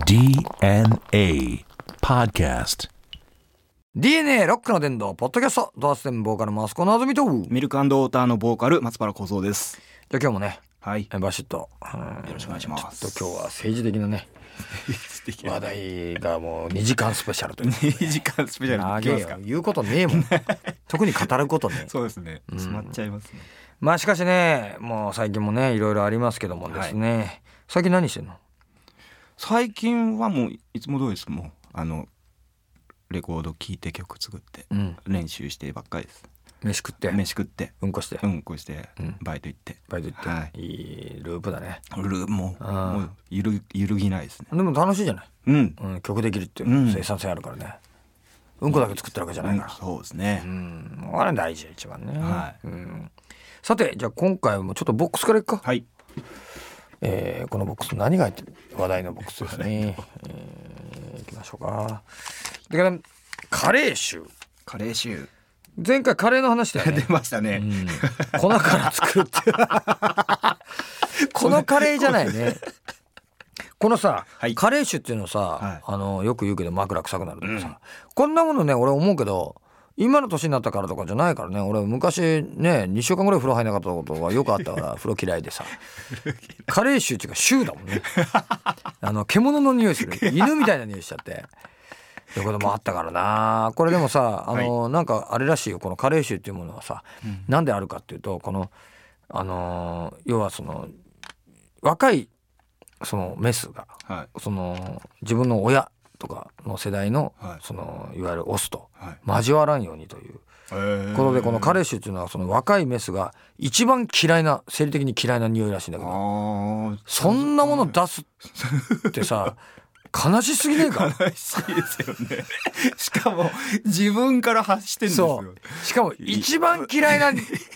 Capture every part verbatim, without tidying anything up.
ディーエヌエー Podcast。 ディーエヌエー ロックの伝道ポッドキャスト、ドアステンボーカルマスコのあずみと、 ミルク&ウォーターのボーカル松原小僧です。 じゃあ今日もね、 はい、 バシッとよろしくお願いします。 ちょっと今日は政治的なね話題がもうにじかんスペシャルという、ね、 にじかんスペシャル長えよ、言うことねえもん特に語ることねそうですね、詰まっちゃいますね。 まあしかしね、もう最近もねいろいろありますけどもですね、はい、最近何してんの？ 最近はもういつも通りです。もうあのレコード聴いて曲作って、うん、練習してばっかりです。 飯食って飯食ってうんこしてうんこして、うん、バイト行ってバイト行って、はい、いいループだね。 ルーもう、もうゆる揺るぎないですね。 でも楽しいじゃない、うんうん、曲できるっていう、 うん、 生産性あるからね。うんこだけ作ってるわけじゃないから、うん、 そうですね、 うん、あれ大事一番ね、 はい、 うん、さてじゃあ今回もちょっとボックスからいくか。 はい、 えー、このボックス何が入ってる？話題のボックスですね、えー、いきましょうか。だからカレー臭カレー臭前回カレーの話だよね出ましたね、 うん、粉から作るってこのカレーじゃないねこのさ、はい、カレー臭っていうのさ、はい、あのよく言うけど枕臭くなるとかさ、うん、こんなものね俺思うけど今の年になったからとかじゃないからね。俺昔ねにしゅうかんぐらい風呂入んなかったことがよくあったから風呂嫌いでさカレー臭っていうか臭だもんねあの獣の匂いする犬みたいな匂いしちゃってということもあったからな。これでもさあの、はい、なんかあれらしいよ、このカレー臭っていうものはさ、うん、なんであるかっていうとこのあの要はその若いそのメスが、はい、その自分の親とかの世代の、はい、そのいわゆるオスと交わらんようにということで、このカレー臭っていうのはその若いメスが一番嫌いな生理的に嫌いな匂いらしいんだけど、そんなもの出すってさ悲しすぎねえか。 悲しいですよねしかも自分から発してんですよ。 そうしかも一番嫌いな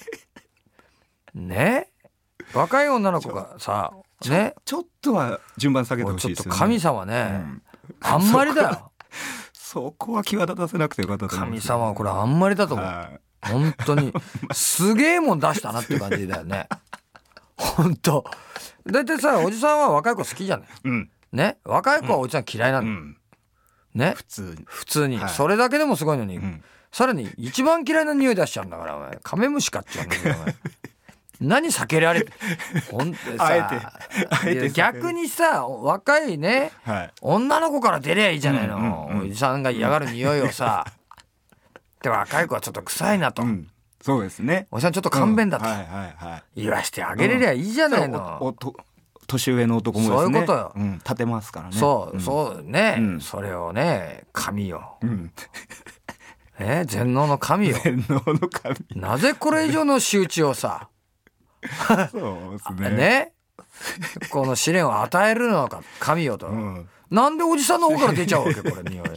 ね若い女の子がさねちょっとは順番下げてほしいですよね。 ちょっと神様ね、うん、あんまりだよそこは際立たせなくてよかったと思います。 神様はこれあんまりだと思う、はい、本当にすげえもん出したなっていう感じだよね本当だいたいさおじさんは若い子好きじゃない、うんね、若い子はおじさん嫌いなの、うん、ね普通に普通に、はい、それだけでもすごいのに、うん、さらに一番嫌いな匂い出しちゃうんだからお前カメムシかって言うんだけどお前何避けられてほんとさあえてあえて逆にさ若いね、はい、女の子から出りゃいいじゃないの、うんうんうん、おじさんが嫌がる匂いをさで若い子はちょっと臭いなと、うん、 そうですねおじさんちょっと勘弁だと、 うんはいはいはい、 言わしてあげれりゃいいじゃないの、 うん、おおと年上の男もですねそういうことよ、 うん、立てますからね。 そう、 うん、 そうね、うん、それをね神よ、うんえ全能の神よ全能の神なぜこれ以上の仕打ちをさそうですねねこの試練を与えるのか神よと、うん、なんでおじさんの方から出ちゃうわけこれ匂い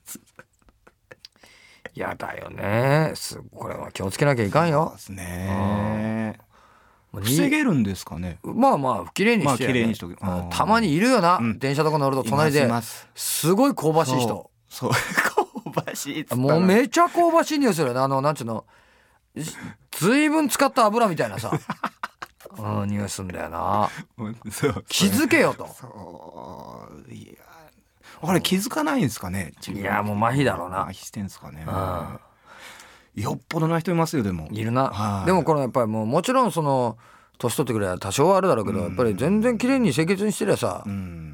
やだよねすこれは気をつけなきゃいかんよ。 そうですね防げるんですかね。 まあまあ綺麗にして、ね、まあ、綺麗にしとくたまにいるよな、うん、電車とか乗ると隣ですごい香ばしい人そうそう香ばしいっもうめちゃ香ばしい匂いするよね。あのなんちゅうのずいぶん使った油みたいなさうん匂いするんだよなそう気づけよと。 そういやあれ気づかないんですかね。 いやもう麻痺だろうな。 麻痺してんすかね、うんよっぽどな人いますよ。でもいるな。でもこれやっぱりもうもちろんその年取ってくれば多少はあるだろうけど、やっぱり全然綺麗に清潔にしてりゃさ、うん、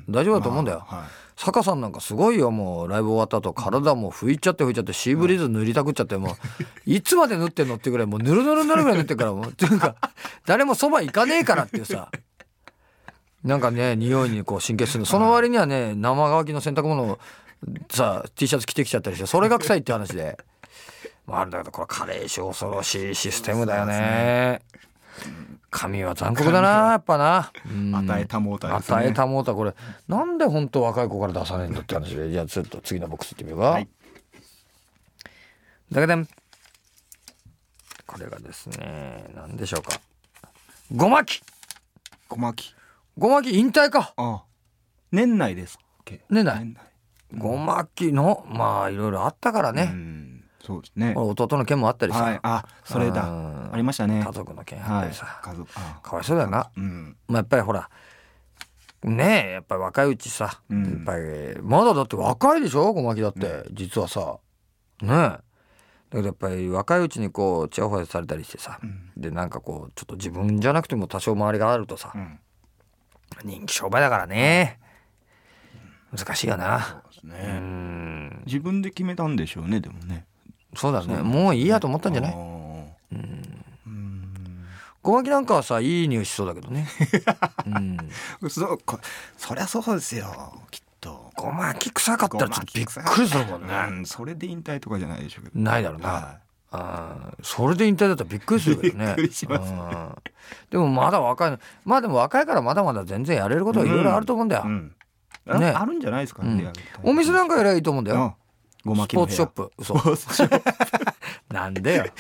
大丈夫だと思うんだよ、まあはい、坂さんなんかすごいよ。もうライブ終わった後体も拭いちゃって拭いちゃってシーブリーズ塗りたくっちゃってもういつまで塗ってんのってぐらいもうぬるぬるになるぐらい塗ってるからもうっていうか誰もそば行かねえからっていうさなんかね匂いにこう神経するの。その割にはね生乾きの洗濯物をさ T シャツ着てきちゃったりしてそれが臭いって話であるんだけどこれカレー臭恐ろしいシステムだよね。神は残酷だなやっぱな、 うん、与えたもうたですね。 与えたもうたこれなんで本当若い子から出さないんだって話でじゃあちょっと次のボックスいってみようか、はい、だけどこれがですね何でしょうか。ごまきごまきごまき引退か。 ああ年内ですっけ。 年内、年内ごまきのまあいろいろあったからね、うんそうですね。 弟の件もあったりさ、 はい、あそれだありましたね。 家族の件あったりさ、 はい、家族あかわいそうだよな、うん、まあ、やっぱりほらねえやっぱり若いうちさ、うん、やっぱりまだだって若いでしょ小牧だって、うん、実はさねえだけどやっぱり若いうちにこうチヤホヤされたりしてさ、うん、でなんかこうちょっと自分じゃなくても多少周りがあるとさ、うん、人気商売だからね難しいよな。 そうですね、うん、自分で決めたんでしょうね。でもねそうだね、もういいやと思ったんじゃない。うん、小牧なんかはさいい匂いしそうだけどね、 うん、そ, そりゃそうですよきっと。 小牧臭かったらちょっとびっくりするもんね、 うん、それで引退とかじゃないでしょうけど。 ないだろうな、はい、あそれで引退だったらびっくりするけどねびっくりしますね。 でもまだ若いのまあでも若いからまだまだ全然やれることはいろいろあると思うんだよ、うんうんね、あるんじゃないですかね、 うん、お店なんかやればいいと思うんだよ。 ごまきスポーツショップ。嘘なんでよ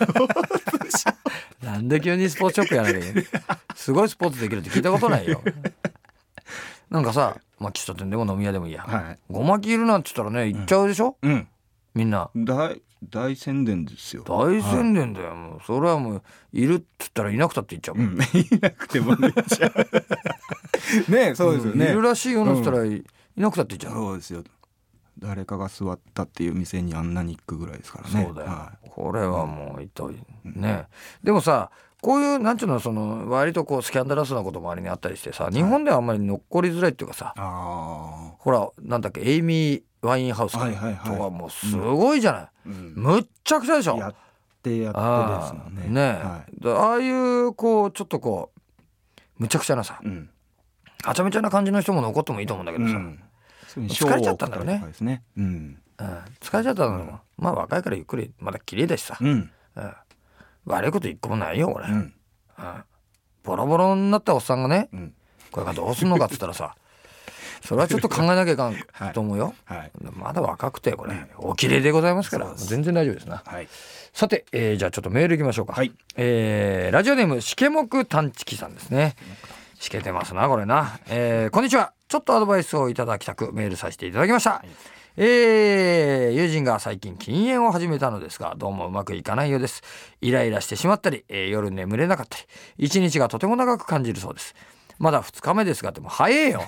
なんで急にスポーツショップやらなきゃいけないすごいスポーツできるって聞いたことないよなんかさ、まあ、喫茶店でも飲み屋でもいいや、はい、ごまきいるなんて言ったらね行っちゃうでしょ、うん、みんな大, 大宣伝ですよ。 大宣伝だよ、はい、もうそれはもういるって言ったらいなくたって言っちゃうもん、うん、 いなくても言っちゃうねそうですよね、 うん、いるらしいよなんて言ったらいなくたって言っちゃう、 そうですよ。誰かが座ったっていう店にあんなに行くぐらいですからね。 そうだよ、はい、これはもう一体、うん、ねでもさこういうなんちゅうのその割とこうスキャンダラスなこと周りにあったりしてさ、日本ではあんまり残りづらいっていうかさ、はい、ほらなんだっけエイミー・ワインハウスとかもうすごいじゃない、うん、むっちゃくちゃでしょ。 やってやってですもんね。 ね、はい、ああいうこうちょっとこうむちゃくちゃなさ、うん、はちゃめちゃな感じの人も残ってもいいと思うんだけどさ、うん疲れちゃったんだろう ね, ね、うんうん、疲れちゃったんだろう、うん、まあ若いからゆっくりまだ綺麗だしさ、うんうん、悪いこと一個もないよ俺、うんうん、ボロボロになったおっさんがね、うん、これがどうすんのかっつったらさそれはちょっと考えなきゃいかんと思うよ、はいはい、まだ若くてこれ、うん、お綺麗でございますから全然大丈夫ですな、はい、さて、えー、じゃあちょっとメールいきましょうか、はいえー、ラジオネームしけもく探知機さんですね。しけてますなこれな、えー、こんにちは。ちょっとアドバイスをいただきたくメールさせていただきました、はいえー、友人が最近禁煙を始めたのですがどうもうまくいかないようです。イライラしてしまったり、えー、夜眠れなかったり一日がとても長く感じるそうです。まだふつかめですがでも早えよ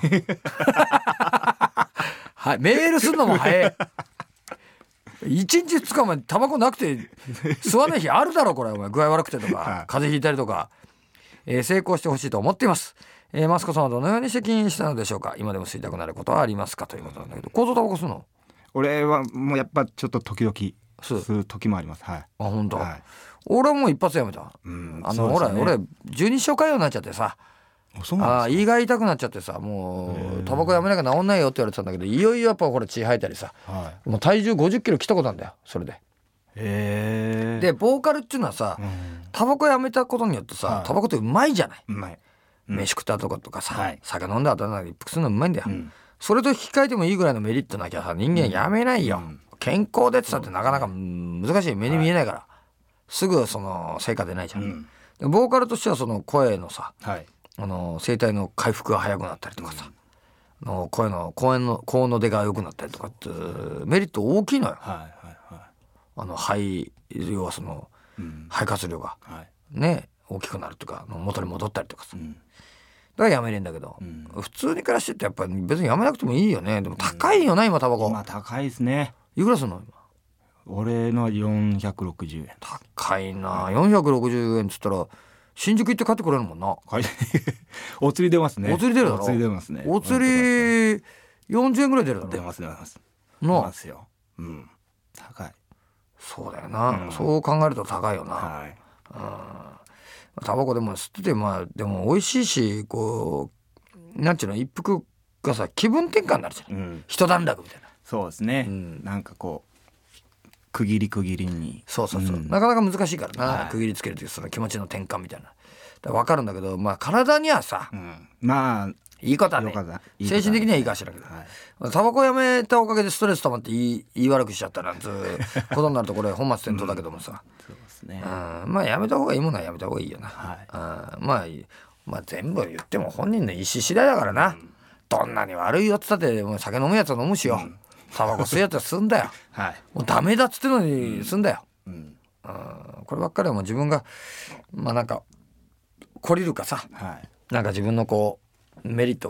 はい、メールするのも早えいちにちふつかまでタバコなくて吸わない日あるだろこれお前具合悪くてとか、はい、風邪ひいたりとか、えー、成功してほしいと思っています。えー、マスコさんはどのようにして禁煙したのでしょうか。今でも吸いたくなることはありますかということなんだけど、構造タバコ吸うの？ 俺はもうやっぱちょっと時々吸う時もあります。はい。あ本当。 はい、 俺はもう一発やめた。うん、あの、ね、俺俺十二指腸潰瘍になっちゃってさ。 あそうなんですか。 あ胃が痛くなっちゃってさもうタバコやめなきゃ治んないよって言われてたんだけどいよいよやっぱこれ血吐いたりさ、はい、もう体重ごじゅっキロ切ったことなんだよそれで。へでボーカルっていうのはさ、うん、タバコやめたことによってさ、はい、タバコってうまいじゃない。 うまい。 飯食ったとかとかさ、はい、酒飲んだ後なんか一服するのうまいんだよ、うん、それと引き換えてもいいぐらいのメリットなきゃさ人間やめないよ、うん、健康でってさってなかなか難しい目に見えないから、はい、すぐその成果出ないじゃん、うん、でボーカルとしてはその声のさ、はい、あの声帯の回復が早くなったりとかさ、うん、の声の高音の高音の出が良くなったりとかってメリット大きいのよ、はいはいはい、あの肺要はその、うん、肺活量が、はい、ね大きくなるとか元に戻ったりとかさ、うんだからやめれんだけど、うん、普通に暮らしてってやっぱり別にやめなくてもいいよね。でも高いよな、うん、今タバコ。 まあ高いですね。 いくらすんの今？ 俺のよんひゃくろくじゅうえん。 高いな。よんひゃくろくじゅうえんっつったら新宿行って帰ってくれるもんな。 お釣り出ますね。 お釣り出るだろ。 お釣り出ますね。 お釣りよんじゅうえんぐらい出るだろ。 出ます出ます。 出ますよ。うん。高い。 そうだよな。うん、そう考えると高いよな。はい。うんタバコでも吸っててまあでも美味しいしこうなんちゅうの一服がさ気分転換になるじゃん、うん、一段落みたいな。 そうですね、うん、なんかこう区切り区切りにそうそうそう、うん、なかなか難しいからな、はい、区切りつけるというその気持ちの転換みたいなだ分かるんだけどまあ体にはさ、うん、まあいいことはね精神的にはいいかしらけど、はい、タバコやめたおかげでストレス溜まって言い、言い悪くしちゃったなんてことになるとこれ本末転倒だけどもさ、うん、そうですね、うん、まあやめた方がいいものはやめた方がいいよな、はい、まあ、まあ全部言っても本人の意思次第だからな、うん、どんなに悪いよって言ったってもう酒飲むやつは飲むしよ、うん、タバコ吸うやつは吸うんだよ、はい、もうダメだっつってのに吸うんだよ、うんうん、こればっかりはもう自分がまあなんか懲りるかさ、はい、なんか自分のこうメリットがね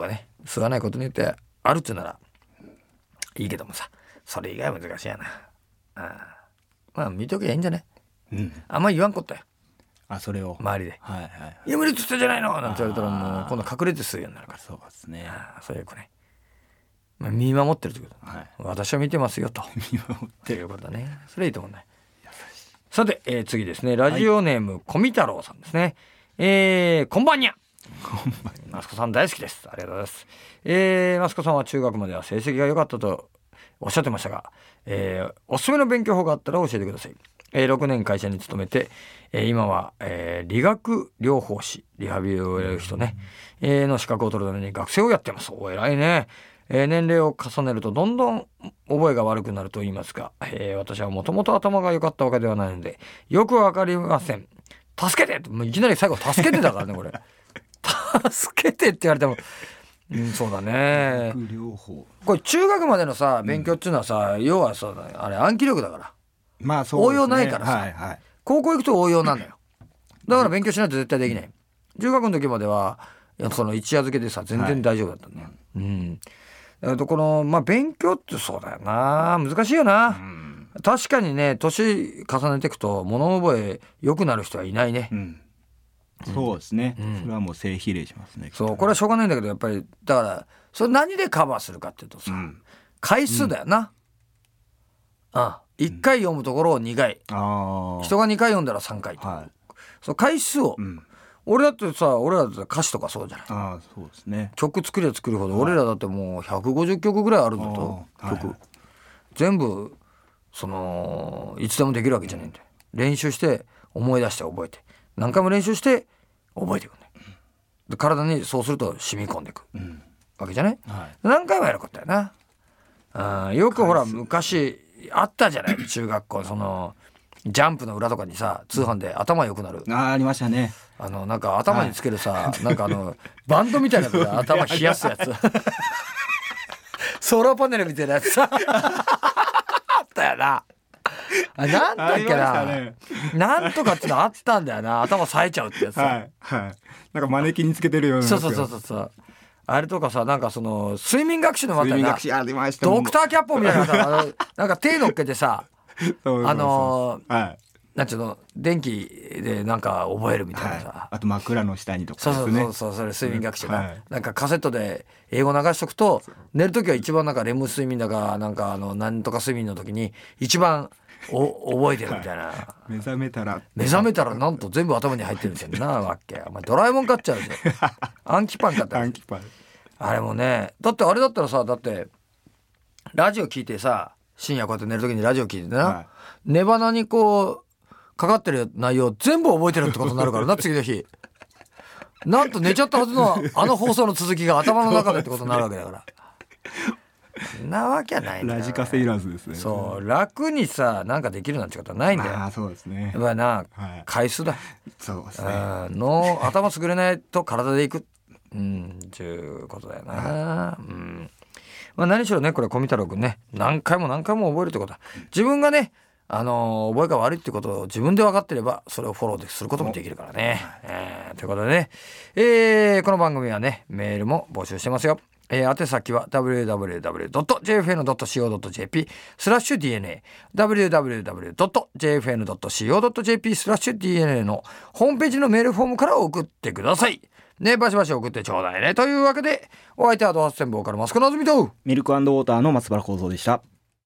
吸わないことによってあるっていうならいいけどもさ、それ以外は難しいやな。あまあ見とけばいいんじゃない、うん、あんまり言わんこったよ。 あ、それを周りで、 はいはいはい、 いや無理って言ったじゃないのなんて言われたらもう今度隠れて吸うようになるから。 そうですね。 あそういう子ね、まあ、見守ってるってこと、はい、私は見てますよと見守っていうことだね。それいいと思うね。さて、えー、次ですね。ラジオネーム小見太郎さんですね。えー、こんばんにゃ。マスコさん大好きです。ありがとうございます。えー、マスコさんは中学までは成績が良かったとおっしゃってましたが、えー、おすすめの勉強法があったら教えてください。えー、ろくねん会社に勤めて、えー、今は、えー、理学療法士、リハビリをやる人ね、えー、の資格を取るために学生をやってます。お偉いね。えー、年齢を重ねるとどんどん覚えが悪くなると言いますが、えー、私はもともと頭が良かったわけではないのでよくわかりません。助けて、もういきなり最後助けてだからねこれ助けてって言われても、うん、そうだね。これ中学までのさ勉強っていうのはさ、うん、要はそうだね、あれ暗記力だから、 まあそうですね、 応用ないからさ、 はいはい、 高校行くと応用なんだよ。だから勉強しないと絶対できない。中学の時まではいやその一夜漬けでさ全然大丈夫だったんだよ、はい、うんだからこの、まあ、勉強ってそうだよな、難しいよな、うん、確かにね年重ねていくと物覚え良くなる人はいないね、うんうん、そうですね、うん、それはもう正比例しますね。 そうこれはしょうがないんだけどやっぱりだからそれ何でカバーするかっていうとさ、うん、回数だよな、うん、あいっかい読むところをにかい、うん、人がにかい読んだらさんかいと、はい、その回数を、うん俺だってさ俺らだって歌詞とかそうじゃない。 あそうですね、 曲作りは作るほど俺らだってもうひゃくごじゅっきょくぐらいあるんだと曲、はい、全部そのいつでもできるわけじゃないんで、練習して思い出して覚えて何回も練習して覚えていくんだよ。で体にそうすると染み込んでいく、うん、わけじゃない、はい、何回もやることだよな。あよくほら昔あったじゃない中学校そのジャンプの裏とかにさ通販で頭良くなる、 うん、あ, ありましたね。 あのなんか頭につけるさ、はい、なんかあのバンドみたいなやつで頭冷やすやつソーラーパネルみたいなやつさあったよな。あなんだっけな、ね、なんとかってのあったんだよな、頭冴えちゃうってやつ、 はいはい、なんかマネキンにつけてるようなやつ。 そうそうそうそうあれとかさなんかその睡眠学習のまたなドクターキャッポンみたいなさなんか手乗っけてさあのーはい、なんちゅうの電気でなんか覚えるみたいなさ、はい、 あと枕の下にとかですね。そうそうそうそれ睡眠学習だ、はい、なんかカセットで英語流しとくと寝るときは一番なんかレム睡眠だかなんかあのなんとか睡眠の時に一番お覚えてるみたいな、はい、 目覚めたら目覚めたらなんと全部頭に入ってるみたいなわけ。お前ドラえもん買っちゃうぞ暗記パン買った暗記パンあれもねだってあれだったらさだってラジオ聞いてさ深夜こうやって寝るときにラジオ聞いてな、はい、寝花にこうかかってる内容全部覚えてるってことになるからな次の日なんと寝ちゃったはずのあの放送の続きが頭の中でってことになるわけだからなわけはないんだよ。 ラジカセいらずですね。 そう楽にさなんかできるなんてことはないんだよ。 ああそうですね。 やっぱりな、はい、回数だ。 そうですね。 の頭作れないと体でいくうんっていうことだよな、はい、うんまあ、何しろねこれ小見太郎くんね何回も何回も覚えるってことは自分がねあのー、覚えが悪いってことを自分で分かってればそれをフォローですることもできるからね、えー、ということでね、えー、この番組はねメールも募集してますよ。えー、宛先は ダブリューダブリューダブリュードットジェイエフエヌドットシーオードットジェーピー スラッシュ ディーエヌエー ダブリューダブリューダブリュードットジェイエフエヌドットシーオードットジェーピー スラッシュ ディーエヌエー のホームページのメールフォームから送ってくださいね。バシバシ送ってちょうだいね。というわけでお相手はドハツセンボーからマスコのあずみとミルク&ウォーターの松原幸三でした。